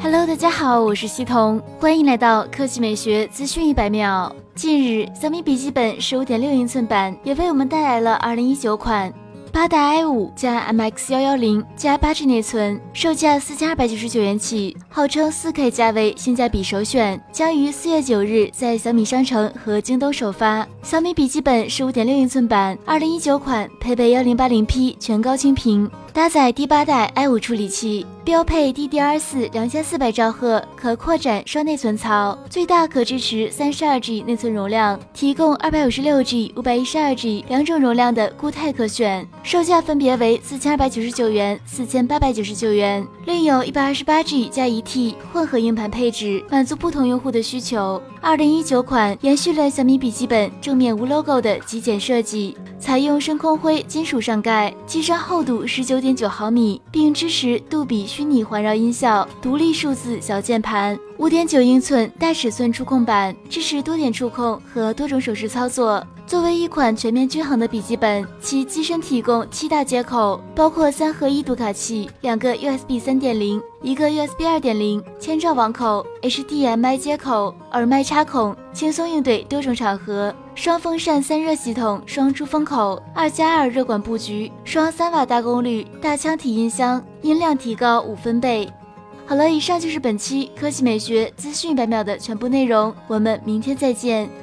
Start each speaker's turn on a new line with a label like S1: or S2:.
S1: Hello， 大家好，我是西彤，欢迎来到科技美学资讯100秒。近日，小米笔记本15.6英寸版也为我们带来了2019款8代 i5 加 MX110 加8G 内存，售价4299元起，号称4K 价位，性价比首选，将于4月9日在小米商城和京东首发。小米笔记本15.6英寸版2019款配备 1080P 全高清屏，搭载第8代 i5 处理器，标配 DDR4 2400兆赫可扩展双内存槽，最大可支持 32G 内存容量，提供 256G、512G 两种容量的固态可选，售价分别为4299元、4899元，另有 128G 加 1T 混合硬盘配置，满足不同用户的需求。2019款延续了小米笔记本正面无 logo 的极简设计，采用深空灰金属上盖，机身厚度 19.9毫米，并支持杜比虚拟环绕音效，独立数字小键盘， 5.9英寸大尺寸触控板，支持多点触控和多种手势操作。作为一款全面均衡的笔记本，其机身提供7大接口，包括3合一读卡器、2个 USB 3.0、1个 USB 2.0、千兆网口、HDMI 接口、耳麦插孔，轻松应对多种场合。双风扇散热系统，双出风口，2+2热管布局，双3瓦大功率大腔体音箱，音量提高5分贝。好了，以上就是本期科技美学资讯100秒的全部内容，我们明天再见。